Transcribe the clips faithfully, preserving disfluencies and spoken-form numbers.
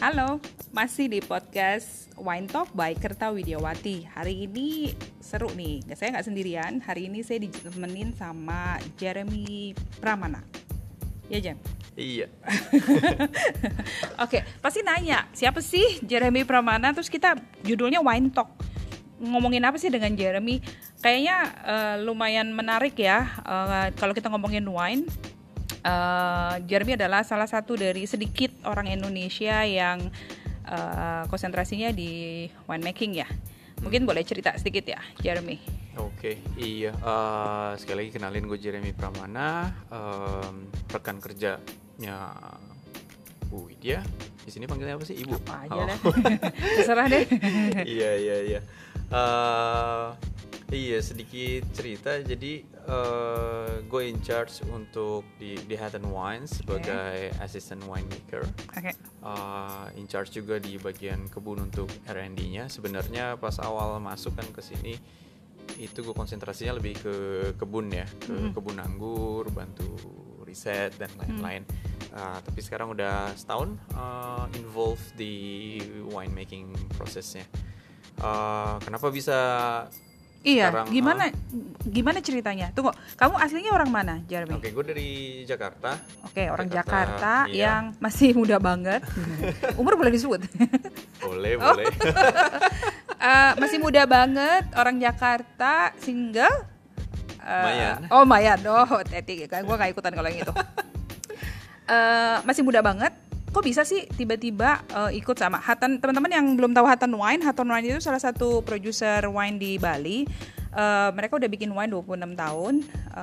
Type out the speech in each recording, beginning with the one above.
Halo, masih di podcast Wine Talk by Kerta Widiawati. Hari ini seru nih, saya nggak sendirian. Hari ini saya ditemenin sama Jeremy Pramana. Ya, Jam? Iya. Oke, pasti nanya, siapa sih Jeremy Pramana? Terus kita judulnya Wine Talk. Ngomongin apa sih dengan Jeremy? Kayaknya uh, lumayan menarik ya, uh, kalau kita ngomongin wine. Uh, Jeremy adalah salah satu dari sedikit orang Indonesia yang uh, konsentrasinya di winemaking ya. Mungkin boleh cerita sedikit ya, Jeremy. Oke, okay, iya. Uh, sekali lagi kenalin, gue Jeremy Pramana, um, rekan kerjanya Bu Widya. Di sini panggilnya apa sih, Ibu? Apa aja oh. deh, terserah deh. Iya, iya, iya. Uh, iya, sedikit cerita. Jadi uh, gue in charge untuk di, di Hatton Wines sebagai okay. assistant winemaker. Okay. Uh, in charge juga di bagian kebun untuk R and D-nya. Sebenarnya pas awal masuk kan ke sini itu gue konsentrasinya lebih ke kebun ya, ke mm. kebun anggur, bantu riset dan lain-lain. Mm. Uh, tapi sekarang udah setahun uh, involved di winemaking prosesnya. Uh, kenapa bisa Iya, sekarang, gimana uh, gimana ceritanya? Tunggu, kamu aslinya orang mana, Jeremy? Oke, okay, gue dari Jakarta. Oke, okay, orang Jakarta, Jakarta iya. yang masih muda banget. Umur boleh disebut? Boleh, oh. boleh. uh, masih muda banget, orang Jakarta, single. Uh, Mayan. Oh, Mayan. Oh, Teti, kan gue gak ikutan kalau yang itu. uh, masih muda banget. Kok bisa sih tiba-tiba uh, ikut sama Hatton? Teman-teman yang belum tahu Hatton Wine, Hatton Wine itu salah satu produser wine di Bali. Uh, mereka udah bikin wine dua puluh enam tahun.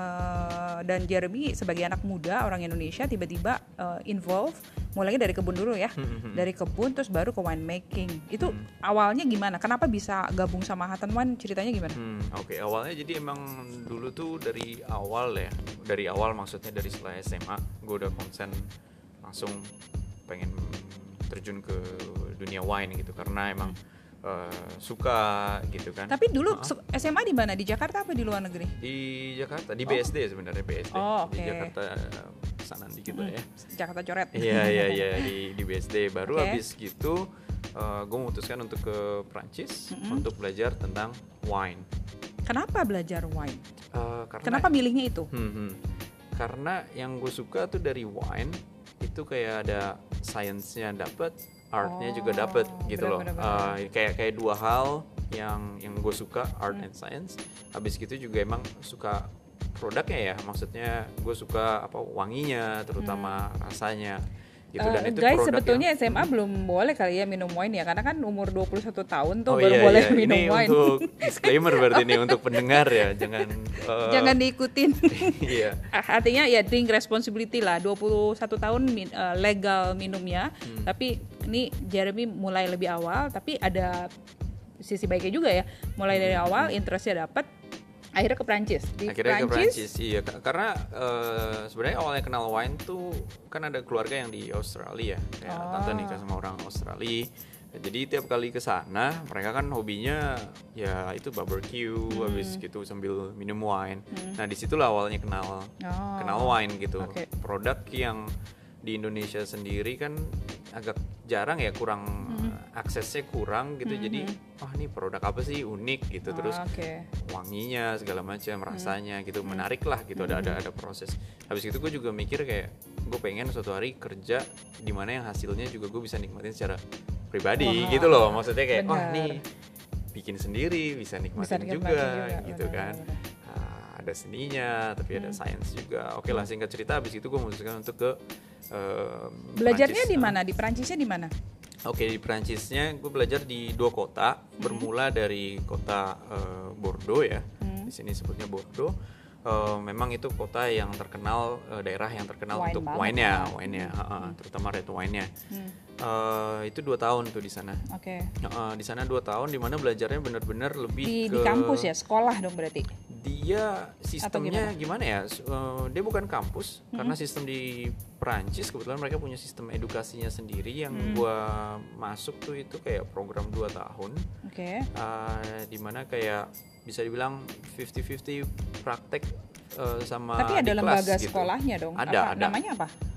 Uh, dan Jeremy sebagai anak muda orang Indonesia tiba-tiba uh, involve, mulai dari kebun dulu ya. Mm-hmm. Dari kebun terus baru ke winemaking. Itu mm. awalnya gimana? Kenapa bisa gabung sama Hatton Wine? Ceritanya gimana? Hmm, Oke, okay. awalnya jadi emang dulu tuh dari awal ya. Dari awal maksudnya dari setelah S M A, gue udah konsen langsung pengen terjun ke dunia wine gitu karena emang uh, suka gitu kan. Tapi dulu uh-huh. S M A di mana? Di Jakarta apa di luar negeri? Di Jakarta, di oh. B S D sebenarnya B S D. Oh, okay. Di Jakarta sana dikit lah ya. Jakarta coret. Iya iya iya di di B S D. Baru okay. habis gitu uh, gue memutuskan untuk ke Prancis mm-hmm. untuk belajar tentang wine. Kenapa belajar wine? Uh, karena, Kenapa milihnya itu? Hmm, hmm. Karena yang gue suka tuh dari wine itu kayak ada science-nya dapet, art-nya oh, juga dapet gitu loh. Uh, kayak kayak dua hal yang yang gue suka, art hmm. and science. Habis gitu juga emang suka produknya ya, maksudnya gue suka apa wanginya, terutama hmm. rasanya. Gitu. Dan uh, itu guys sebetulnya yang, S M A hmm. belum boleh kali ya minum wine ya, karena kan umur dua puluh satu tahun tuh oh, baru iya, boleh iya. minum ini wine. Untuk disclaimer berarti nih untuk pendengar ya, jangan uh, jangan diikutin. Iya. Artinya ya drink responsibility lah, dua puluh satu tahun min, uh, legal minumnya, hmm. tapi ini Jeremy mulai lebih awal, tapi ada sisi baiknya juga ya, mulai dari awal interestnya dapat. Akhirnya ke Prancis. Di Akhirnya Prancis, ke Prancis, iya. Karena uh, sebenarnya awalnya kenal wine tuh kan ada keluarga yang di Australia, kayak oh. tante nikah sama orang Australia. Jadi tiap kali ke sana, mereka kan hobinya ya itu barbecue, hmm. habis gitu sambil minum wine. Hmm. Nah disitulah awalnya kenal oh. kenal wine gitu. Okay. Produk yang di Indonesia sendiri kan agak jarang ya, kurang mm-hmm. aksesnya kurang gitu. Mm-hmm. Jadi wah ini produk apa sih, unik gitu. Terus oh, okay. wanginya segala macam, rasanya mm-hmm. gitu menarik lah gitu. Mm-hmm. Ada ada ada proses. Habis itu gue juga mikir kayak gue pengen suatu hari kerja di mana yang hasilnya juga gue bisa nikmatin secara pribadi wow. gitu loh. Maksudnya kayak wah oh, nih bikin sendiri bisa nikmatin, bisa nikmatin juga, juga gitu bener, kan. Bener. Ada seninya, tapi hmm. ada sains juga. Oke lah, singkat cerita, habis itu gue memutuskan untuk ke uh, belajarnya di mana? Di Prancisnya di mana? Oke, di Prancisnya gue belajar di dua kota. Hmm. Bermula dari kota uh, Bordeaux ya. Hmm. Di sini sebutnya Bordeaux. Uh, memang itu kota yang terkenal, uh, daerah yang terkenal wine untuk wine-nya, wine-nya, hmm. uh, terutama red wine-nya. Hmm. Uh, itu dua tahun tuh di sana. Oke. Okay. Uh, di sana dua tahun, di mana belajarnya benar-benar lebih di, ke di kampus ya, sekolah dong berarti. Dia sistemnya gimana? gimana ya? Uh, dia bukan kampus, hmm. karena sistem di Perancis kebetulan mereka punya sistem edukasinya sendiri. Yang hmm. gua masuk tuh itu kayak program dua tahun. Oke. Okay. Uh, di mana kayak bisa dibilang fifty-fifty praktek uh, sama tapi ada di lembaga kelas, sekolahnya gitu. dong. Ada, apa, ada. Namanya apa? Oh,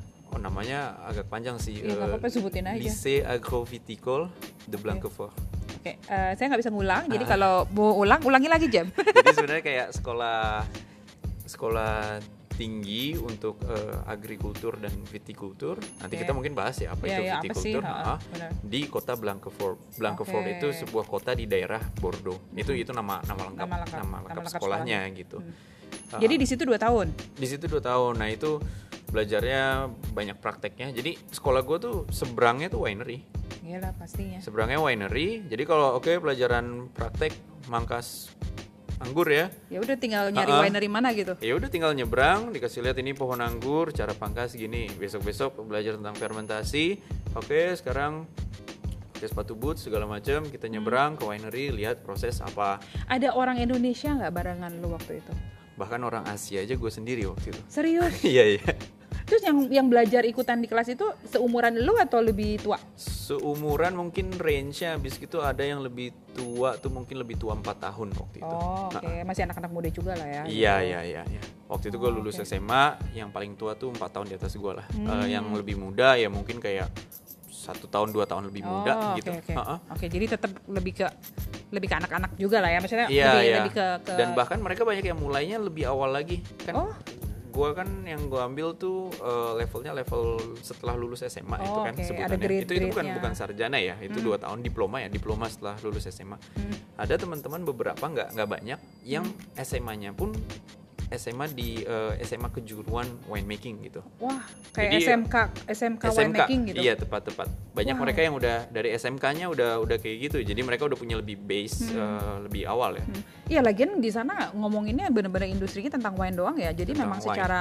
namanya agak panjang sih. Ya, nggak eh, apa-apa, sebutin aja. Lycée Agroviticole de Blanquefort. Oke, eh, saya nggak bisa ngulang, jadi Ah. kalau mau ulang, ulangi lagi jam. Jadi sebenarnya kayak sekolah sekolah tinggi untuk eh, agrikultur dan vitikultur. Nanti Oke. kita mungkin bahas ya apa Iya, itu iya, apa sih? vitikultur. Ha, Ah, benar. di kota Blanquefort. Blanquefort Oke. itu sebuah kota di daerah Bordeaux. Itu itu nama nama lengkap Nama lengkap, nama nama lengkap lengkap sekolahnya gitu. Hmm. Ah, Jadi di situ dua tahun. di situ dua tahun. Nah itu belajarnya banyak prakteknya. Jadi sekolah gue tuh seberangnya tuh winery. Iyalah pastinya. Seberangnya winery. Jadi kalau oke pelajaran praktek mangkas anggur ya. Ya udah tinggal nyari Ha-ha. winery mana gitu. Ya udah tinggal nyebrang, dikasih lihat ini pohon anggur, cara pangkas gini. Besok-besok belajar tentang fermentasi. Oke, sekarang pakai sepatu boot segala macam, kita nyebrang ke winery, lihat proses apa. Ada orang Indonesia nggak barengan lu waktu itu? Bahkan orang Asia aja gue sendiri waktu itu. Serius? Iya iya. Terus yang yang belajar ikutan di kelas itu seumuran lu atau lebih tua? Seumuran mungkin range-nya habis gitu ada yang lebih tua tuh mungkin lebih tua empat tahun waktu itu. Oh, oke. Masih anak-anak muda juga lah ya. Iya gitu. iya iya iya. Waktu itu gue Oh, lulus oke. S M A, yang paling tua tuh empat tahun di atas gue lah. Hmm. Eh, yang lebih muda ya mungkin kayak satu tahun dua tahun lebih muda Oh, gitu. Oke, oke. Ha-ha. Oke, jadi tetap lebih ke lebih ke anak-anak juga lah ya. Maksudnya Iya lebih, iya. lebih ke, ke Dan bahkan mereka banyak yang mulainya lebih awal lagi. Kan Oh. gue kan yang gue ambil tuh eh, levelnya level setelah lulus S M A itu Oh, kan oke. sebutannya. Ada grade- itu itu bukan grade-nya. bukan sarjana ya, itu Hmm. dua tahun diploma ya, diploma setelah lulus S M A. Hmm. Ada teman-teman beberapa nggak nggak banyak yang S M A-nya pun S M A di eh, S M A kejuruan winemaking gitu. Wah, kayak Jadi, S M K S M K S M K, winemaking gitu. iya tepat-tepat. Banyak Wow. mereka yang udah dari S M K-nya udah udah kayak gitu. Jadi mereka udah punya lebih base eh, lebih awal ya. Hmm. Iya, lagian di sana ngomonginnya bener-bener industrinya tentang wine doang ya. Jadi Tentang memang wine. secara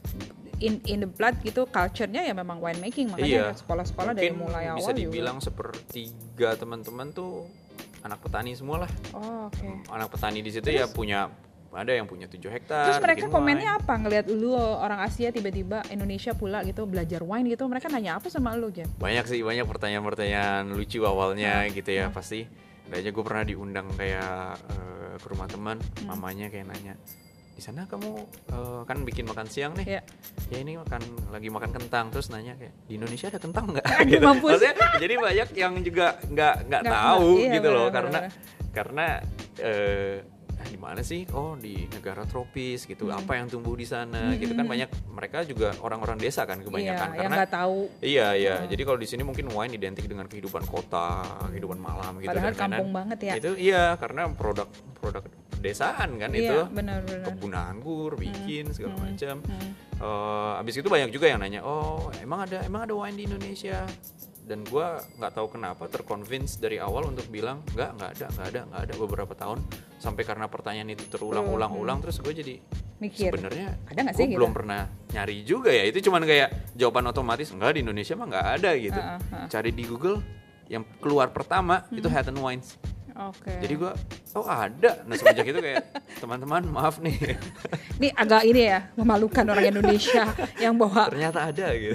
in in the blood gitu, culture-nya ya memang winemaking. Makanya Iya. sekolah-sekolah dari Mungkin mulai awal bisa juga. dibilang sepertiga teman-teman tuh anak petani semua lah. Oh, oke. Anak petani di situ ya punya ada yang punya tujuh hektar. Terus mereka bikin komennya wine. apa ngelihat lu orang Asia tiba-tiba Indonesia pula gitu belajar wine gitu? Mereka nanya apa sama lu, Jen? Banyak sih, banyak pertanyaan-pertanyaan lucu awalnya Hmm. gitu ya pasti. Ada aja gue pernah diundang kayak eh, ke rumah teman, Hmm. mamanya kayak nanya, di sana kamu eh, kan bikin makan siang nih, Ya. ya ini makan lagi makan kentang, terus nanya kayak di Indonesia ada kentang nggak? Aduh, gitu. mampus. Maksudnya jadi banyak yang juga nggak nggak Nggak- tahu nggak- iya, gitu loh benar, karena benar. karena eh, ah, di mana sih? Oh di negara tropis gitu. Hmm. Apa yang tumbuh di sana? Gitu kan banyak mereka juga orang-orang desa kan kebanyakan Iya, yang karena nggak tahu. iya iya. Jadi kalau di sini mungkin wine identik dengan kehidupan kota, kehidupan malam gitu Padahal dan lain-lain. kampung banget ya. Itu iya karena produk produk pedesaan kan Iya, itu. benar-benar. Kebun anggur, bikin segala Hmm. macam. Hmm. Eh, abis itu banyak juga yang nanya, oh emang ada emang ada wine di Indonesia? Dan gue nggak tahu kenapa terconvince dari awal untuk bilang nggak nggak ada nggak ada nggak ada beberapa tahun sampai karena pertanyaan itu terulang-ulang-ulang terus gue jadi Mikir. sebenarnya Ada nggak gue sih belum gitu? pernah nyari juga ya itu cuman kayak jawaban otomatis enggak di Indonesia mah nggak ada gitu. Ah, ah, ah. Cari di Google yang keluar pertama itu Hmm. Hatton Wines. Oke. Jadi gue oh ada. Nah semenjak itu kayak teman-teman maaf nih Ini agak ini ya, memalukan orang Indonesia yang bawa. ternyata ada gitu.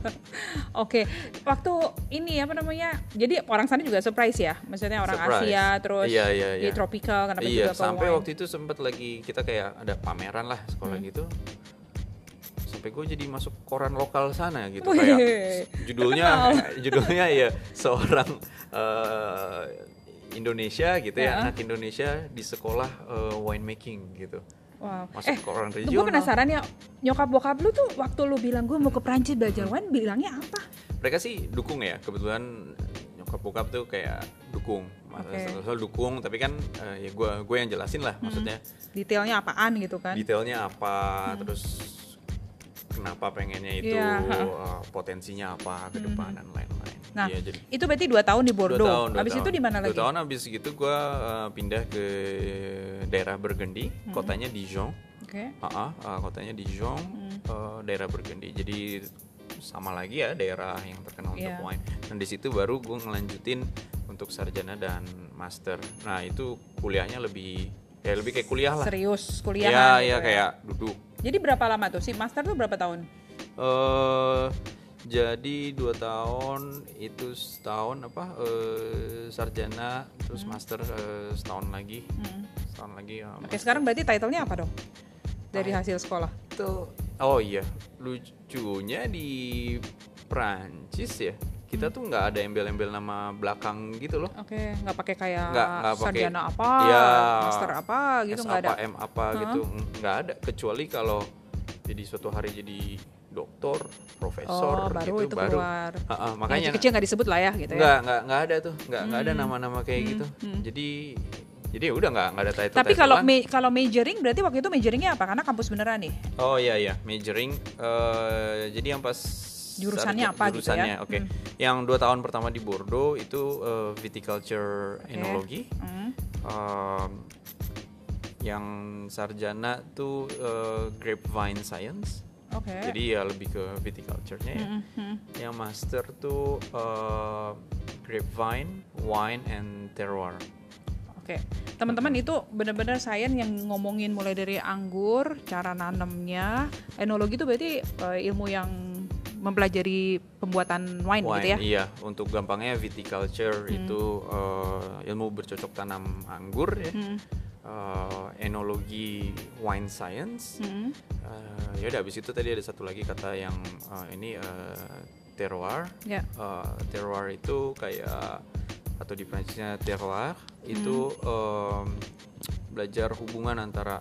Oke, waktu ini apa namanya? Jadi orang sana juga surprise ya, maksudnya orang Surprise. Asia terus Iya, iya, di iya. tropical kenapa Iya, juga ke sampai wine? waktu itu sempat lagi kita kayak ada pameran lah sekolah Hmm. gitu. Sampai gue jadi masuk koran lokal sana gitu Wih, kayak judulnya terkenal. judulnya ya seorang eh, Indonesia gitu ya, Ya. anak Indonesia di sekolah eh, winemaking gitu. Wow. Masuk Eh, koran gue regional. penasaran ya, nyokap bokap lu tuh waktu lu bilang gue mau ke Prancis belajar wine, bilangnya apa? Mereka sih dukung ya, kebetulan nyokap bokap tuh kayak dukung. Oke. Selalu dukung, tapi kan eh, ya gue gue yang jelasin lah maksudnya. Detailnya apaan gitu kan? Detailnya apa, terus kenapa pengennya itu, Iya, ha. uh, potensinya apa ke depan dan lain-lain. Nah, Iya, jadi itu berarti dua tahun di dua Bordeaux. tahun, dua Abis tahun. itu di mana lagi? Dua tahun abis gitu gue uh, pindah ke daerah Burgundy, kotanya Dijon. Oke. Ha-ha, uh, kotanya Dijon, Hmm. uh, daerah Burgundy. Jadi sama lagi ya daerah yang terkenal Iya. untuk wine. Dan di situ baru gue ngelanjutin untuk sarjana dan master. Nah itu kuliahnya lebih ya lebih kayak kuliah lah. Serius kuliah. Iya, iya kayak duduk. Jadi berapa lama tuh? Si master tuh berapa tahun? eh jadi dua tahun itu setahun apa eh, sarjana terus master eh, setahun lagi Hmm. setahun lagi ya, Oke, sekarang berarti title-nya apa dong? Dari Ah. hasil sekolah. itu Oh iya, lucunya di Prancis ya, kita Hmm. tuh nggak ada embel-embel nama belakang gitu loh. Oke, nggak pakai kayak Nggak nggak pakai sarjana apa, ya master apa gitu, S nggak ada. apa M apa Hah? gitu, mm, nggak ada, kecuali kalau jadi suatu hari jadi doktor, profesor Oh, baru gitu itu baru. keluar. Ha-ha, Yang makanya kecil-kecil nggak disebut lah ya gitu ya. nggak nggak nggak ada tuh, nggak nggak ada Hmm. nama-nama kayak Hmm, gitu. hmm. Jadi jadi ya udah nggak nggak ada title. Tapi kalau ma- kalau majoring berarti waktu itu majoringnya apa? Karena kampus beneran nih. Oh iya iya, majoring. eh, jadi yang pas Jurusannya sarja- apa gitu ya? jurusannya, oke. Hmm. Yang dua tahun pertama di Bordeaux itu eh, viticulture Oke. enologi. Hmm. Em, yang sarjana tuh eh, grapevine science. Oke. Jadi ya lebih ke viticulture-nya ya. Hmm, hmm. Yang master tuh eh, grapevine, wine and terroir. Oke, teman-teman itu benar-benar sains yang ngomongin mulai dari anggur, cara nanemnya, enologi itu berarti eh, ilmu yang mempelajari pembuatan wine, gitu ya? Iya, untuk gampangnya viticulture itu eh, ilmu bercocok tanam anggur ya. Hmm. Eh, enologi wine science. Hmm. Eh, ya udah habis itu tadi ada satu lagi kata yang eh, ini eh, terroir. Ya. Eh, terroir itu kayak atau di Prancisnya terroir itu em, belajar hubungan antara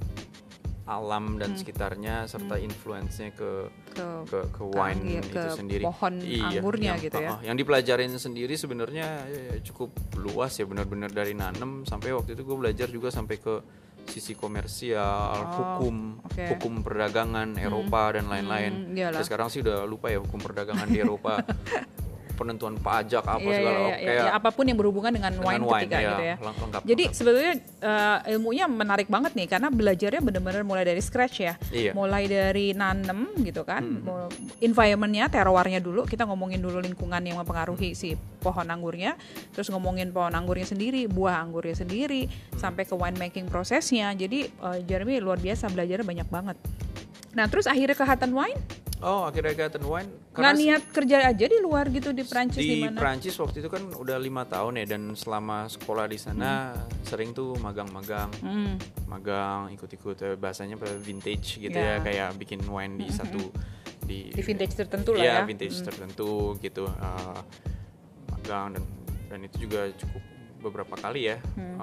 alam dan sekitarnya serta influence-nya ke Ke, ke ke ke wine anggi- itu ke sendiri. pohon anggurnya yang, gitu ya. uh, uh, yang dipelajarin sendiri sebenarnya eh, cukup luas ya, benar-benar dari nanem sampai waktu itu gue belajar juga sampai ke sisi komersial, hukum, oke. hukum perdagangan Eropa dan lain-lain. Hmm, iyalah. Tapi sekarang sih udah lupa ya hukum perdagangan di Eropa. Penentuan pajak apa Iya, segala iya, iya, kayak iya. Apapun yang berhubungan dengan, dengan wine wine, ketika ya, gitu ya. leng- lengkap, Jadi lengkap. sebetulnya eh, ilmunya menarik banget nih karena belajarnya benar-benar mulai dari scratch ya. Iya. Mulai dari nanem gitu kan. Mau- Environmentnya, terroirnya dulu. Kita ngomongin dulu lingkungan yang mempengaruhi si pohon anggurnya. Terus ngomongin pohon anggurnya sendiri, buah anggurnya sendiri, sampai ke wine making prosesnya. Jadi eh, Jeremy luar biasa, belajarnya banyak banget. Nah terus akhirnya ke Hutton Wine, Oh akhirnya ke Hutton Wine nggak karena niat kerja aja di luar gitu di Prancis di di mana? Prancis waktu itu kan udah lima tahun ya, dan selama sekolah di sana sering tuh magang-magang, Hmm. magang ikut-ikut eh, bahasanya apa, vintage gitu Ya. ya, kayak bikin wine di satu di Di vintage tertentu lah ya. vintage Hmm. tertentu gitu, eh, magang dan dan itu juga cukup beberapa kali ya. Hmm.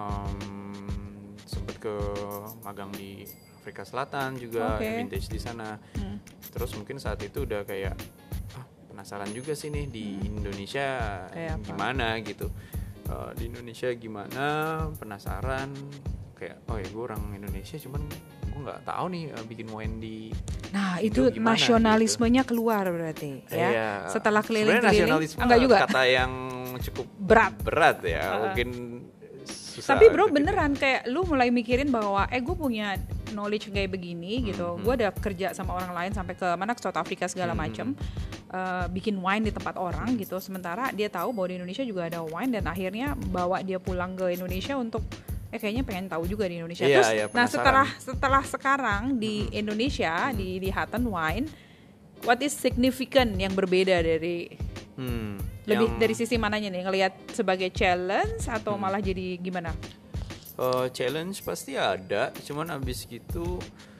Em, sempet ke magang di Afrika Selatan juga, Oke. vintage di sana. Hmm. Terus mungkin saat itu udah kayak ah, penasaran juga sih nih di Indonesia Kayak apa? gimana gitu. Eh, di Indonesia gimana, penasaran kayak oh ya gue orang Indonesia cuman gue nggak tahu nih eh, bikin wine di Nah, Indo itu gimana, nasionalismenya keluar berarti ya. Iya. Setelah Sebenarnya keliling-keliling, nasionalisme enggak juga. kata yang cukup Berat. berat ya, Uh-uh. mungkin susah Tapi bro untuk beneran kayak lu mulai mikirin bahwa eh gue punya knowledge kayak begini gitu. Mhm. Gue udah kerja sama orang lain sampai ke mana, ke South Africa segala Mhm. macem, eh, bikin wine di tempat orang gitu. Sementara dia tahu bahwa di Indonesia juga ada wine dan akhirnya bawa dia pulang ke Indonesia untuk eh kayaknya pengen tahu juga di Indonesia. Iya, Terus iya, nah penasaran. setelah setelah sekarang di Indonesia di di Hutton Wine, what is significant yang berbeda dari Hmm, lebih yang- dari sisi mananya nih, ngelihat sebagai challenge atau Hmm. malah jadi gimana? Uh, challenge pasti ada, cuman abis gitu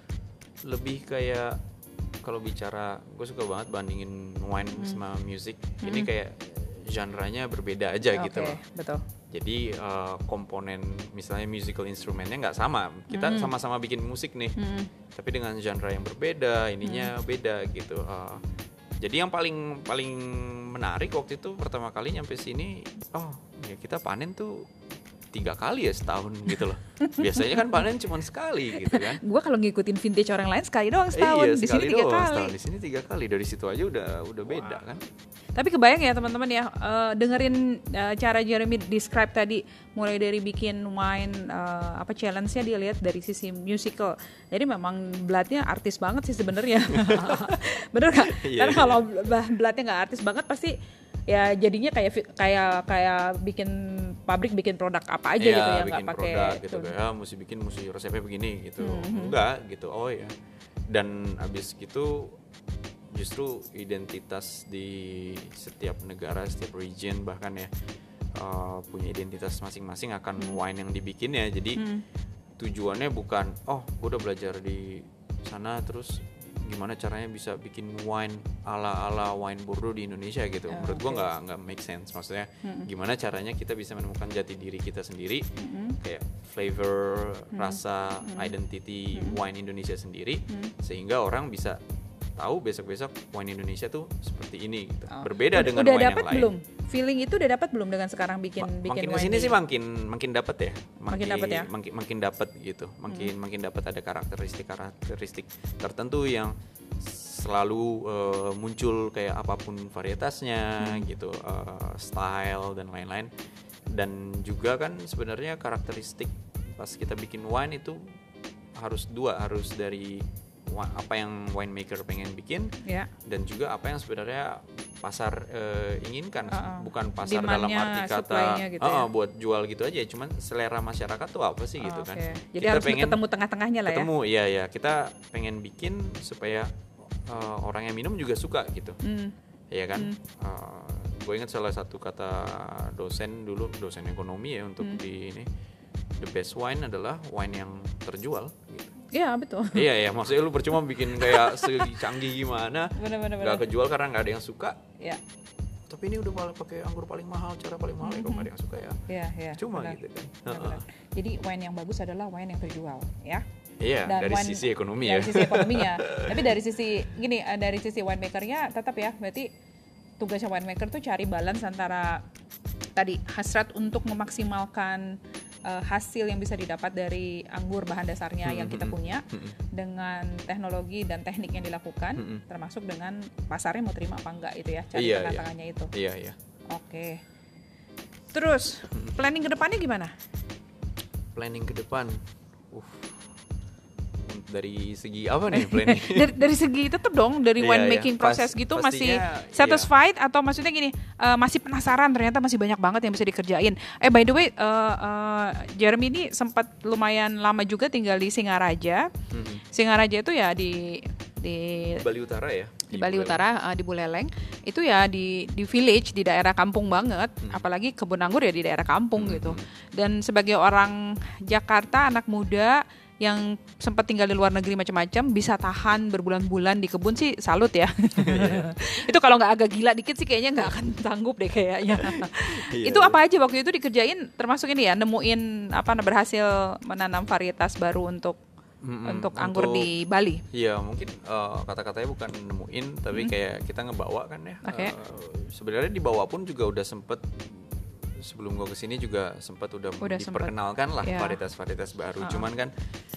lebih kayak kalau bicara, gue suka banget bandingin wine sama music. Ini kayak genre-nya berbeda aja Oke, gitu loh. betul. Jadi uh, komponen misalnya musical instrumennya nggak sama. Kita sama-sama bikin musik nih, Hmm. tapi dengan genre yang berbeda, ininya beda gitu. Uh, jadi yang paling paling menarik waktu itu pertama kali nyampe sini, oh ya kita panen tuh tiga kali ya setahun gitu loh. Biasanya kan panen cuma sekali gitu kan. Gue kalau ngikutin vintage orang lain sekali doang setahun, iya, di sini sekali tiga doang kali. setahun. Di sini tiga kali. Dari situ aja udah udah beda kan. Tapi kebayang ya teman-teman ya, eh, dengerin eh, cara Jeremy describe tadi, mulai dari bikin wine, eh, apa challenge-nya dia lihat dari sisi musical. Jadi memang Bloodnya artis banget sih sebenarnya. Bener gak? Iya, Karena iya. kalau Bloodnya nggak artis banget pasti ya jadinya kayak vi- kayak kayak bikin pabrik bikin produk apa aja Iya, gitu ya, nggak bikin pakai produk gitu tuh. kayak ah, mesti bikin mesti resepnya begini gitu. Mhm. Enggak gitu. Oh ya. Dan abis gitu justru identitas di setiap negara, setiap region bahkan ya uh, punya identitas masing-masing akan wine yang dibikin ya. Jadi Hmm. tujuannya bukan oh gue udah belajar di sana terus gimana caranya bisa bikin wine ala-ala wine Bordeaux di Indonesia gitu. Oh, Menurut gue okay. nggak nggak make sense. Maksudnya mm-hmm. gimana caranya kita bisa menemukan jati diri kita sendiri, mm-hmm. kayak flavor, mm-hmm. rasa, mm-hmm. identity mm-hmm. wine Indonesia sendiri, mm-hmm. sehingga orang bisa tahu besok-besok wine Indonesia tuh seperti ini gitu. Oh. Berbeda udah, dengan udah wine yang lain. Belum? Feeling itu udah dapat belum dengan sekarang bikin Ma- bikin makin wine? Makin kesini sih makin makin dapat ya. Makin, makin dapat ya. Makin makin dapat gitu. Makin hmm. makin dapat ada karakteristik-karakteristik tertentu yang selalu uh, muncul kayak apapun varietasnya hmm. gitu, uh, style dan lain-lain. Dan juga kan sebenarnya karakteristik pas kita bikin wine itu harus dua, harus dari apa yang winemaker pengen bikin, yeah. dan juga apa yang sebenarnya pasar uh, inginkan, uh-uh. bukan pasar dalam arti kata gitu uh, ya? buat jual gitu aja, cuman selera masyarakat tuh apa sih oh, gitu okay. kan. Jadi kita harus pengen ketemu tengah-tengahnya lah ketemu, ya. Iya ya, kita pengen bikin supaya uh, orang yang minum juga suka gitu, mm. ya kan. Mm. Uh, gue ingat salah satu kata dosen dulu, dosen ekonomi ya untuk mm. di ini, the best wine adalah wine yang terjual gitu. Iya betul. Iya ya, maksudnya lu percuma bikin kayak segi canggih gimana, gak kejual karena nggak ada yang suka. Iya. Tapi ini udah pakai anggur paling mahal, cara paling mahal, mm-hmm. ya kok nggak ada yang suka ya. Iya iya. Cuma benar. Gitu kan. Benar, benar. Jadi wine yang bagus adalah wine yang terjual, ya. Iya. Dan dari wine, sisi ekonomi dari ya. Dari sisi ekonominya. Tapi dari sisi gini, dari sisi winemakernya tetap ya, berarti tugasnya winemaker tuh cari balance antara tadi hasrat untuk memaksimalkan Uh, hasil yang bisa didapat dari anggur bahan dasarnya hmm, yang kita punya hmm, dengan teknologi dan teknik yang dilakukan, hmm, termasuk dengan pasarnya mau terima apa enggak itu ya, cari iya, tengah-tengahnya iya. itu. Iya iya. Oke. Terus hmm. planning ke depannya gimana? Planning ke depan, uh, dari segi apa nih planning? dari, dari segi tetap dong, dari wine iya, making iya. proses Pas, gitu masih satisfied iya. atau maksudnya gini uh, masih penasaran ternyata masih banyak banget yang bisa dikerjain. Eh by the way, uh, uh, Jeremy ini sempat lumayan lama juga tinggal di Singaraja. Mm-hmm. Singaraja itu ya di di Bali Utara ya. Di, di Bali Buleleng. Utara uh, di Buleleng. Itu ya di di village, di daerah kampung banget, mm-hmm. apalagi kebun anggur ya di daerah kampung mm-hmm. gitu. Dan sebagai orang Jakarta, anak muda yang sempat tinggal di luar negeri macam-macam bisa tahan berbulan-bulan di kebun sih salut ya. Itu kalau nggak agak gila dikit sih kayaknya nggak akan sanggup deh kayaknya. Itu apa aja waktu itu dikerjain, termasuk ini ya nemuin apa berhasil menanam varietas baru untuk mm-hmm. untuk anggur untuk, di Bali. Iya mungkin uh, kata-katanya bukan nemuin tapi mm. kayak kita ngebawa kan ya. Okay. Uh, sebenarnya dibawa pun juga udah sempet. Sebelum gue kesini juga sempat udah, udah diperkenalkan lah yeah. varietas-varietas baru. Uh-uh. Cuman kan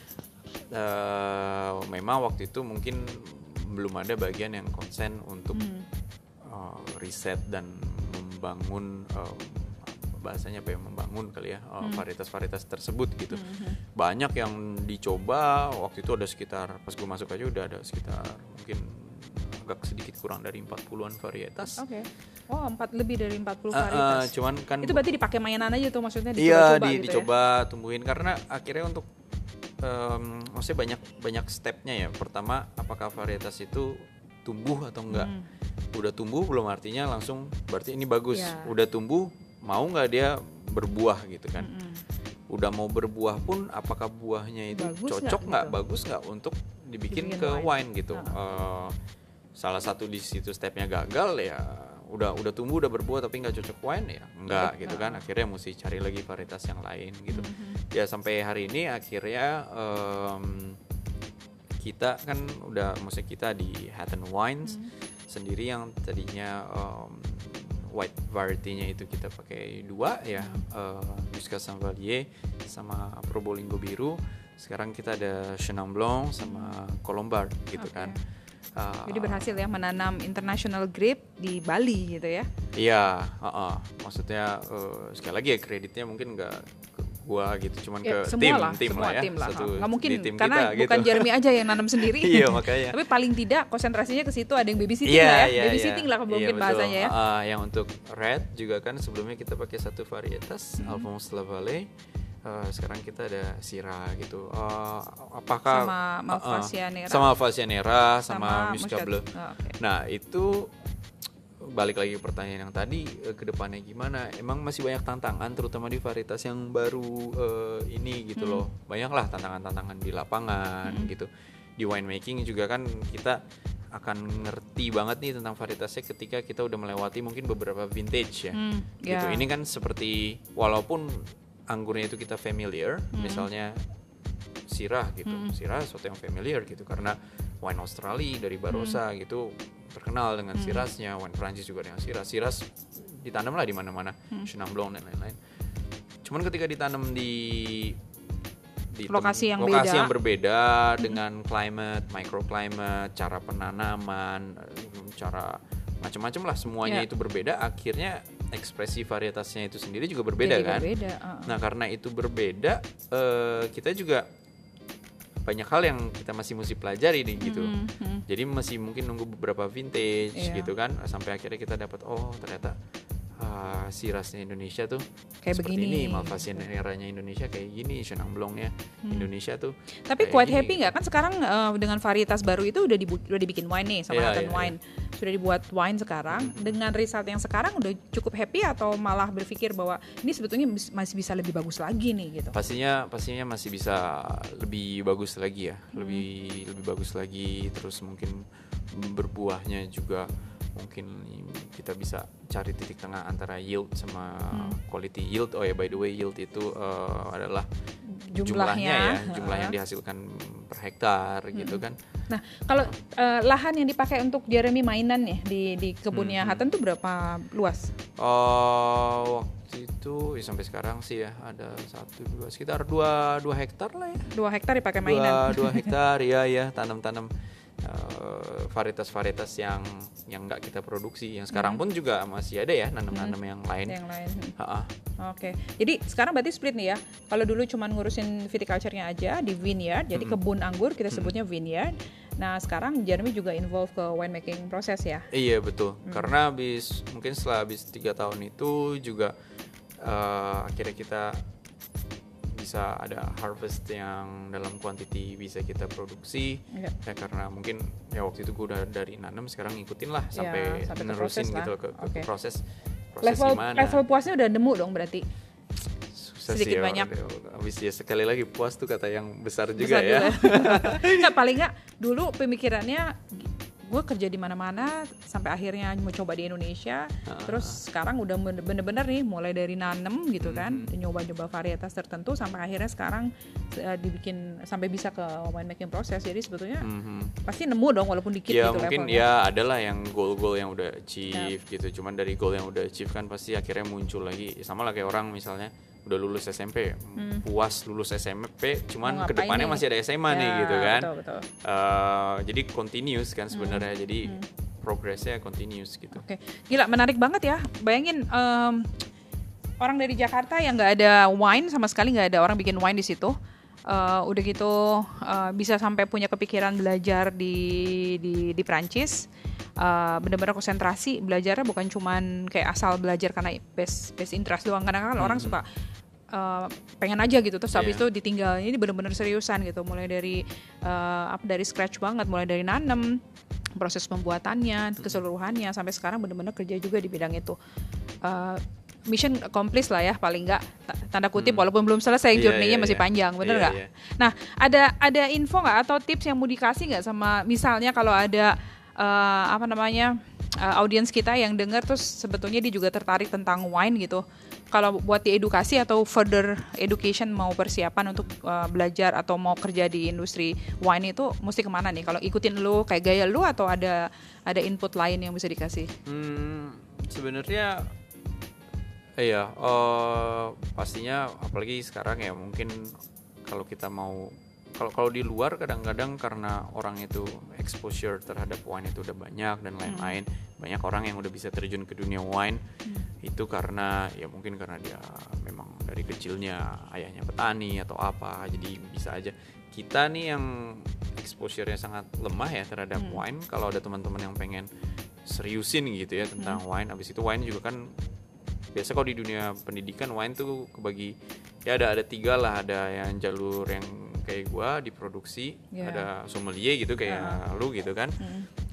uh, memang waktu itu mungkin belum ada bagian yang konsen untuk hmm. uh, riset dan membangun uh, bahasanya apa ya membangun kali ya uh, hmm. varietas-varietas tersebut gitu. Hmm. Banyak yang dicoba waktu itu ada sekitar pas gue masuk aja udah ada sekitar mungkin agak sedikit kurang dari empat puluhan varietas. Oke. Okay. Oh, empat lebih dari empat puluh varietas. Uh, uh, cuman kan itu berarti dipakai mainan aja tuh maksudnya dicoba-coba iya, di, gitu dicoba ya? Tumbuhin karena akhirnya untuk um, maksudnya banyak banyak stepnya ya. Pertama, apakah varietas itu tumbuh atau enggak? Hmm. Udah tumbuh belum artinya langsung berarti ini bagus. Yeah. Udah tumbuh mau enggak dia berbuah gitu kan. Hmm. Udah mau berbuah pun apakah buahnya itu bagus cocok enggak, gitu? Bagus enggak untuk dibikin, dibikin ke wine, wine gitu. Uh. Uh, salah satu di situ stepnya gagal ya udah udah tumbuh udah berbuah tapi nggak cocok wine ya enggak gitu kan akhirnya mesti cari lagi varietas yang lain gitu mm-hmm. ya sampai hari ini akhirnya um, kita kan udah maksudnya kita di Hatton Wines mm-hmm. sendiri yang tadinya um, white variety-nya itu kita pakai dua ya mm-hmm. uh, Muscat Saint-Vallier sama Probolinggo biru sekarang kita ada Chenin Blanc sama Colombard gitu okay. kan. Uh, Jadi berhasil ya menanam international grape di Bali gitu ya? Iya, uh-uh. maksudnya uh, sekali lagi ya kreditnya mungkin nggak ke gua gitu, cuman ya, ke tim, lah, tim lah ya. Tim lah. Satu, nggak mungkin tim karena kita, bukan gitu. Jeremy aja yang nanam sendiri. Iya makanya. Tapi paling tidak konsentrasinya ke situ ada yang babysitting yeah, lah ya, yeah, babysitting yeah. lah mungkin yeah, bahasanya ya. Uh, yang untuk red juga kan sebelumnya kita pakai satu varietas hmm. Alphonse Lavallee. Uh, sekarang kita ada Syrah gitu. Uh, apakah sama Malvasia Nera, uh, sama Malvasia Nera, sama, sama Muscat Bleu. Oh, okay. Nah itu balik lagi ke pertanyaan yang tadi, uh, ke depannya gimana? Emang masih banyak tantangan, terutama di varietas yang baru uh, ini gitu hmm. loh. Banyaklah tantangan-tantangan di lapangan hmm. gitu. di winemaking juga kan kita akan ngerti banget nih tentang varietasnya ketika kita udah melewati mungkin beberapa vintage ya. Hmm, gitu. Yeah. Ini kan seperti walaupun anggurnya itu kita familiar, hmm. misalnya Syrah gitu. Hmm. Syrah sesuatu yang familiar gitu karena wine Australia dari Barossa hmm. gitu terkenal dengan hmm. Syrahnya, wine Prancis juga dengan Syrah. Syrah ditanam lah di mana-mana, hmm. Chenin Blanc dan lain-lain. Cuman ketika ditanam di di lokasi yang lokasi beda. yang berbeda hmm. dengan climate, microclimate, cara penanaman, cara macam-macam lah semuanya yeah. itu berbeda, akhirnya ekspresi varietasnya itu sendiri juga berbeda. Jadi kan berbeda. Uh-uh. Nah karena itu berbeda, uh, kita juga banyak hal yang kita masih mesti pelajari nih gitu. Mm-hmm. Jadi masih mungkin nunggu beberapa vintage yeah. gitu kan sampai akhirnya kita dapat oh ternyata uh, Syrahnya Indonesia tuh kayak seperti begini. ini, Malvasia-nya Indonesia kayak gini, Chenin Blanc-nya hmm. Indonesia tuh. Tapi quite gini. Happy nggak kan sekarang uh, dengan varietas baru itu udah, dibu- udah dibikin wine nih sama yeah, Hutton yeah, Wine yeah. sudah dibuat wine sekarang hmm. dengan result yang sekarang udah cukup happy atau malah berpikir bahwa ini sebetulnya masih bisa lebih bagus lagi nih gitu. Pastinya pastinya masih bisa lebih bagus lagi ya, hmm. lebih lebih bagus lagi, terus mungkin berbuahnya juga mungkin kita bisa cari titik tengah antara yield sama hmm. quality yield. Oh ya by the way yield itu uh, adalah jumlahnya, jumlahnya ya, jumlah yang dihasilkan per hektar hmm. gitu kan. Nah kalau uh, lahan yang dipakai untuk Jeremy mainan ya di di kebunnya hmm. Hutton tuh berapa luas? Oh waktu itu ya sampai sekarang sih ya ada satu dua sekitar dua dua hektar lah ya. Dua hektar dipakai mainan. Dua dua hektar ya ya tanam-tanam. Uh, varietas-varietas yang yang nggak kita produksi, yang sekarang hmm. pun juga masih ada ya nanam-nanam hmm. yang lain. Yang lain. Oke, okay. Jadi sekarang berarti split nih ya. Kalau dulu cuma ngurusin viticulture-nya aja di vineyard, jadi hmm. kebun anggur kita sebutnya hmm. vineyard. Nah sekarang Jeremy juga involve ke winemaking proses ya. Iya betul. Hmm. Karena habis mungkin setelah habis tiga tahun itu juga uh, akhirnya kita bisa ada harvest yang dalam quantity bisa kita produksi yeah. ya karena mungkin ya waktu itu gue udah dari nanam sekarang ngikutin lah sampai, yeah, sampai nerusin gitu ke, ke, okay. ke proses proses level, gimana level puasnya udah nemu dong berarti susah sedikit sih, banyak ya, habis ya sekali lagi puas tuh kata yang besar juga besar ya nggak paling nggak dulu pemikirannya gue kerja di mana-mana sampai akhirnya mau coba di Indonesia, uh-huh. terus sekarang udah bener-bener nih mulai dari nanem gitu kan, mm-hmm. nyoba-nyoba varietas tertentu sampai akhirnya sekarang uh, dibikin sampai bisa ke winemaking proses. Jadi sebetulnya mm-hmm. pasti nemu dong walaupun dikit ya, gitu mungkin levelnya. Ya adalah yang goal-goal yang udah achieve yeah. gitu, cuman dari goal yang udah achieve kan pasti akhirnya muncul lagi. Sama lah kayak orang misalnya udah lulus S M P, hmm. puas lulus S M P, cuman kedepannya masih ada S M A ya, nih gitu kan. Betul, betul. Uh, jadi continuous kan sebenarnya, hmm. jadi hmm. progresnya continuous gitu. Oke, gila menarik banget ya. Bayangin um, orang dari Jakarta yang nggak ada wine sama sekali, nggak ada orang bikin wine di situ. Uh, udah gitu uh, bisa sampai punya kepikiran belajar di di di Prancis. Uh, benar-benar konsentrasi belajarnya bukan cuman kayak asal belajar karena best best interest doang. Kadang-kadang hmm. orang suka uh, pengen aja gitu terus yeah. habis itu ditinggal. Ini benar-benar seriusan gitu, mulai dari uh, apa dari scratch banget, mulai dari nanam, proses pembuatannya, keseluruhannya sampai sekarang benar-benar kerja juga di bidang itu. Uh, mission accomplished lah ya paling nggak, tanda kutip, hmm. walaupun belum selesai yeah, journey-nya yeah, masih yeah. panjang, bener nggak? Yeah, yeah. Nah ada ada info nggak atau tips yang mau dikasih nggak sama misalnya kalau ada Uh, apa namanya uh, audiens kita yang dengar terus sebetulnya dia juga tertarik tentang wine gitu. Kalau buat diedukasi atau further education mau persiapan untuk uh, belajar atau mau kerja di industri wine itu mesti kemana nih? Kalau ikutin lu kayak gaya lu atau ada ada input lain yang bisa dikasih? Hmm, sebenarnya iya uh, pastinya apalagi sekarang ya mungkin kalau kita mau Kalau kalau di luar kadang-kadang karena orang itu exposure terhadap wine itu udah banyak dan lain-lain, hmm. banyak orang yang udah bisa terjun ke dunia wine hmm. itu karena ya mungkin karena dia memang dari kecilnya ayahnya petani atau apa, jadi bisa aja. Kita nih yang exposure-nya sangat lemah ya terhadap hmm. wine. Kalau ada teman-teman yang pengen seriusin gitu ya tentang hmm. wine, abis itu wine juga kan biasa kalau di dunia pendidikan wine tuh kebagi ya ada ada tiga lah, ada yang jalur yang kayak gue di produksi, yeah. ada sommelier gitu kayak uh. lu gitu kan, mm.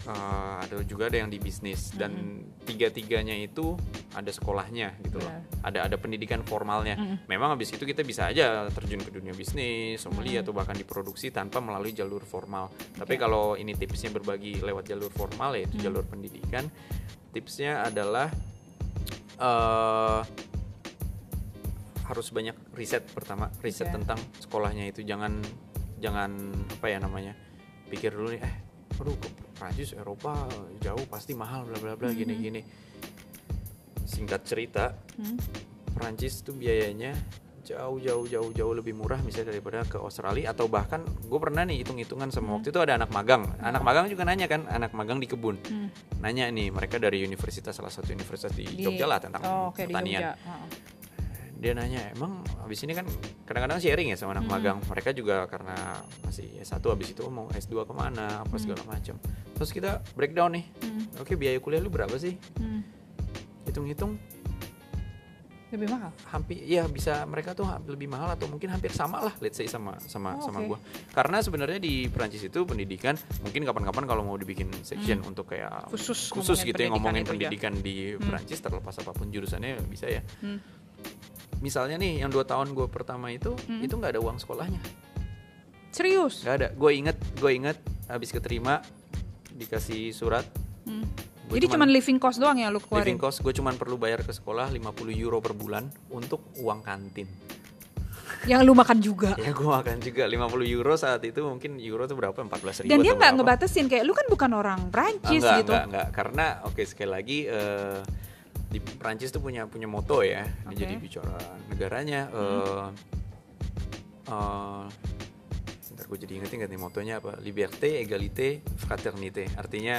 uh, ada juga ada yang di bisnis dan mm-hmm. tiga-tiganya itu ada sekolahnya gitu loh. Ada ada pendidikan formalnya. Mm-hmm. Memang habis itu kita bisa aja terjun ke dunia bisnis, sommelier mm-hmm. atau bahkan diproduksi tanpa melalui jalur formal. Tapi okay. kalau ini tipsnya berbagi lewat jalur formal yaitu mm-hmm. jalur pendidikan, tipsnya adalah uh, harus banyak riset pertama, riset okay. tentang sekolahnya itu. Jangan jangan apa ya namanya, pikir dulu nih, eh, aduh ke Prancis, Eropa jauh pasti mahal, bla bla bla, mm-hmm. gini-gini. Singkat cerita, mm-hmm. Prancis tuh biayanya jauh jauh jauh jauh lebih murah misalnya daripada ke Australia, atau bahkan gue pernah nih hitung-hitungan sama mm-hmm. waktu itu ada anak magang, anak magang juga nanya kan, anak magang di kebun, mm. nanya nih mereka dari universitas salah satu universitas di, di Jogja lah tentang oh, okay, pertanian. Dia nanya, emang abis ini kan kadang-kadang sharing ya sama anak hmm. magang. Mereka juga karena masih S satu, abis itu mau S dua kemana, apa segala macam. Terus kita breakdown nih, hmm. oke biaya kuliah lu berapa sih? Hmm. Hitung-hitung lebih mahal? Hampir, ya bisa mereka tuh lebih mahal atau mungkin hampir sama lah, let's say sama sama oh, sama okay. gue. Karena sebenarnya di Perancis itu pendidikan, mungkin kapan-kapan kalau mau dibikin section hmm. untuk kayak khusus, khusus gitu ya ngomongin pendidikan aja. Di Perancis hmm. terlepas apapun jurusannya bisa ya. Hmm. Misalnya nih yang dua tahun gue pertama itu hmm. itu nggak ada uang sekolahnya. Serius? Nggak ada. Gue inget gue inget habis keterima dikasih surat. Hmm. Jadi cuma living cost doang ya lu keluarin? Living cost gue cuma perlu bayar ke sekolah lima puluh euro per bulan untuk uang kantin. Yang lu makan juga? Ya gue makan juga lima puluh euro saat itu, mungkin euro tuh berapa, empat belas ribu. Dan dia nggak ngebatasin kayak lu kan bukan orang Prancis enggak, gitu? Enggak enggak karena oke okay, sekali lagi. Uh, di Prancis tuh punya punya moto ya, okay. jadi bicara negaranya. Hmm. Uh, uh, Bentar gue jadi inget-inget nih motonya apa? Liberté, égalité, fraternité. Artinya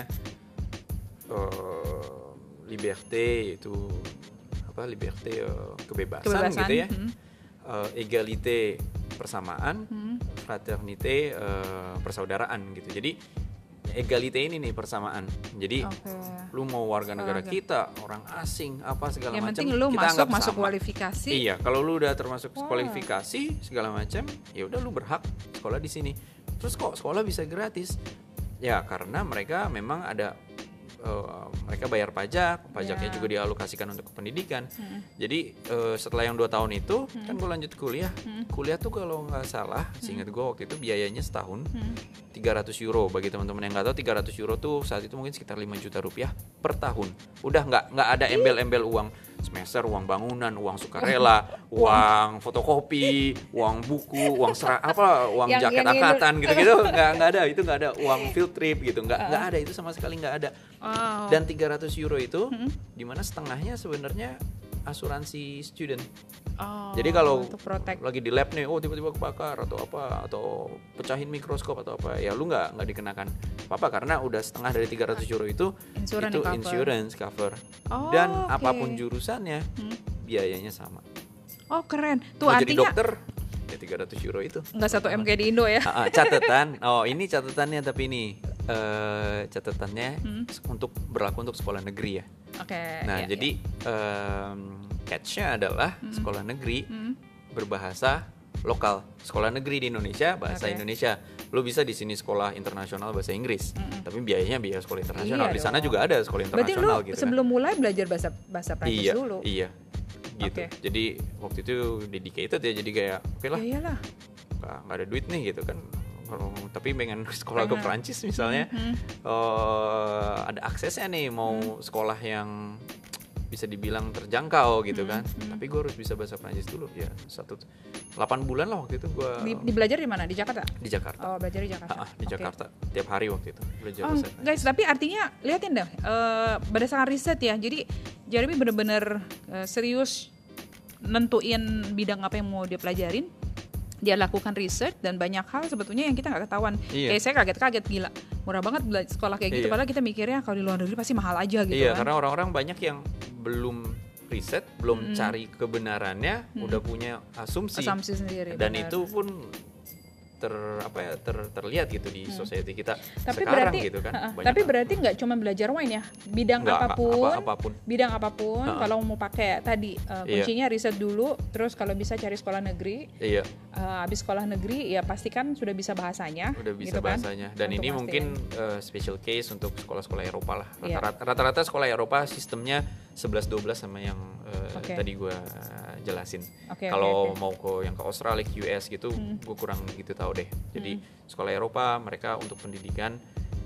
uh, liberté itu apa? Liberté uh, kebebasan, kebebasan gitu ya. Hmm. Uh, égalité persamaan, hmm. fraternité uh, persaudaraan gitu. Jadi egalite ini nih persamaan. Jadi okay. lu mau warga negara oh, okay. kita, orang asing, apa segala macam, kita lu kita masuk anggap masuk sama. Kualifikasi. Iya, kalau lu udah termasuk wow. kualifikasi segala macam, ya udah lu berhak sekolah di sini. Terus kok sekolah bisa gratis? Ya karena mereka memang ada uh, mereka bayar pajak, pajaknya yeah. juga dialokasikan untuk pendidikan. Hmm. Jadi uh, setelah yang dua tahun itu hmm. kan gue lanjut kuliah. Hmm. Kuliah tuh kalau nggak salah, hmm. seingat gue waktu itu biayanya setahun hmm. tiga ratus euro. Bagi teman-teman yang nggak tahu, tiga ratus euro tuh saat itu mungkin sekitar lima juta rupiah per tahun. Udah nggak nggak ada embel-embel uang semester, uang bangunan, uang sukarela, uang fotokopi, uang buku, uang serah apa, uang yang, jaket yang angkatan gitu-gitu. Nggak nggak ada, itu nggak ada. Uang field trip gitu, nggak nggak ada, itu sama sekali nggak ada. Wow. Dan tiga ratus euro itu hmm. dimana setengahnya sebenarnya asuransi student. Oh, jadi kalau protect. Lagi di lab nih, oh tiba-tiba kebakar atau apa, atau pecahin mikroskop atau apa, ya lu nggak nggak dikenakan apa karena udah setengah dari tiga ratus euro itu insurance itu cover. insurance cover. Oh, dan okay. apapun jurusannya hmm. biayanya sama. Oh keren. Tuh mau artinya jadi dokter ya tiga ratus euro itu. Nggak satu M kayak di Indo ya. Uh, uh, catatan. Oh ini catatannya tapi ini uh, catatannya hmm. untuk berlaku untuk sekolah negeri ya. Oke. Okay, nah iya, jadi iya. Um, catch-nya adalah hmm. sekolah negeri hmm. berbahasa lokal. Sekolah negeri di Indonesia bahasa okay. Indonesia. Lu bisa di sini sekolah internasional bahasa Inggris, hmm. tapi biayanya biaya sekolah internasional. Iya di sana dong. Juga ada sekolah internasional. Berarti lu gitu sebelum kan. mulai belajar bahasa bahasa Prancis iya, dulu. Iya. Gitu. Okay. Jadi waktu itu dedicated ya, jadi kayak oke okay lah. Ya iyalah. Nggak ada duit nih gitu kan. Tapi pengen sekolah ke Prancis misalnya, hmm. uh, ada aksesnya nih mau hmm. sekolah yang bisa dibilang terjangkau gitu hmm, kan. Hmm. Tapi gue harus bisa bahasa Prancis dulu ya. Satu delapan bulan lah waktu itu gue. Di, di belajar di mana? Di Jakarta? Di Jakarta. Oh, belajar di Jakarta. Ah, di okay. Jakarta. Tiap hari waktu itu belajar oh, bahasa Prancis. Guys, tapi artinya liatin deh uh, berdasarkan riset ya. Jadi Jeremy benar-benar uh, serius nentuin bidang apa yang mau dia pelajarin. Dia lakukan research dan banyak hal sebetulnya yang kita nggak ketahuan. Iya. Kayak saya kaget-kaget, gila murah banget belajar sekolah kayak gitu. Iya. Padahal kita mikirnya kalau di luar negeri pasti mahal aja gitu. Iya, kan. Karena orang-orang banyak yang belum riset, belum hmm. cari kebenarannya, hmm. udah punya asumsi. Asumsi sendiri. Dan benar. itu pun ter apa ya ter, terlihat gitu di Hmm. society kita Tapi sekarang berarti, gitu kan. uh-uh. Banyak tapi kan. berarti nggak cuma belajar wine ya, bidang Nggak, apapun, apa- apapun. bidang apapun. Uh-uh. Kalau mau pakai tadi uh, Iya. kuncinya riset dulu, terus kalau bisa cari sekolah negeri. Iya, Uh, habis sekolah negeri ya pastikan sudah bisa bahasanya. udah bisa gitu kan? bahasanya. Dan Untuk ini mastiin. mungkin uh, special case untuk sekolah-sekolah Eropa lah. Iya. Rata-rata, rata-rata sekolah Eropa sistemnya eleven twelve sama yang uh, Oke. tadi gue jelasin. Oke, Kalau oke, oke. mau ke yang ke Australia, ke U S gitu, Hmm. gue kurang gitu tahu deh. Jadi sekolah Eropa mereka untuk pendidikan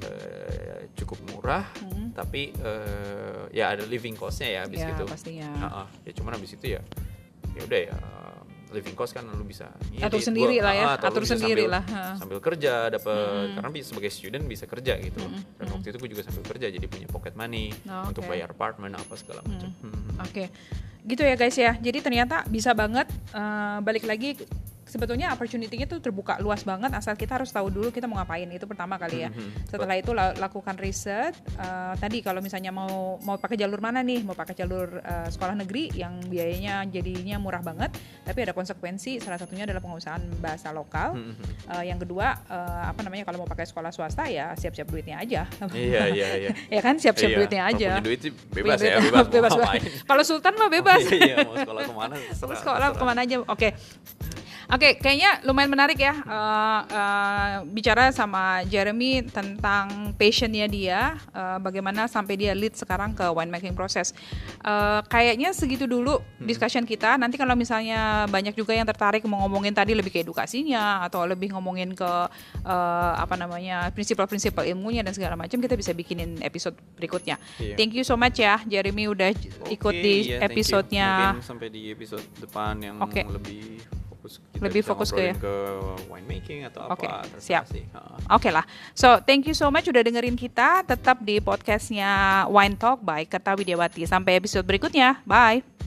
uh, cukup murah, Hmm. tapi uh, ya ada living cost-nya ya habis Ya, gitu. pastinya. Uh-uh. Ya cuman habis itu ya ya udah ya living cost kan lu bisa ngedit. Atur sendiri Gua- lah ya, ah, atau lu atur bisa sendiri sambil- lah, ha. sambil kerja dapat Mm-mm. karena bi- sebagai student bisa kerja gitu. Dan waktu itu gue juga sambil kerja jadi punya pocket money Oh, untuk oke. bayar apartemen apa segala macam. Hmm. Oke, gitu ya guys ya. Jadi ternyata bisa banget uh, balik lagi. Sebetulnya opportunity-nya tuh terbuka luas banget, asal kita harus tahu dulu kita mau ngapain. Itu pertama kali ya. Mhm. Setelah itu la- lakukan riset. Uh, tadi kalau misalnya mau mau pakai jalur mana nih? Mau pakai jalur uh, sekolah negeri yang biayanya jadinya murah banget, tapi ada konsekuensi. Salah satunya adalah pengusahaan bahasa lokal. Mhm. Uh, yang kedua, uh, apa namanya? Kalau mau pakai sekolah swasta ya siap-siap duitnya aja. Iya iya iya. Ya kan, siap-siap Iya, duitnya kalau aja. punya duit sih bebas Bebas, ya, bebas, bebas, mau bebas. ngapain. Kalau Sultan mah bebas. Oh, iya, mau sekolah kemana? Mau terserah, sekolah terserah. kemana aja. Oke. Oke, kayaknya lumayan menarik ya uh, uh, bicara sama Jeremy tentang passionnya dia, uh, bagaimana sampai dia lead sekarang ke winemaking proses. Uh, kayaknya segitu dulu discussion kita. Nanti kalau misalnya banyak juga yang tertarik mau ngomongin tadi lebih ke edukasinya atau lebih ngomongin ke uh, apa namanya prinsipal-prinsipal ilmunya dan segala macam, kita bisa bikinin episode berikutnya. Iya. Thank you so much ya, Jeremy udah ikut Oke, di iya, thank you. episodenya. Mungkin sampai di episode depan yang Oke. lebih fokus kita Lebih bisa fokus ke ngobrolin ya. ke winemaking atau apa. Oke, terserah siap. sih. Ha. Oke lah, so thank you so much udah dengerin kita. Tetap di podcastnya Wine Talk by Kerta Widiawati. Sampai episode berikutnya, bye.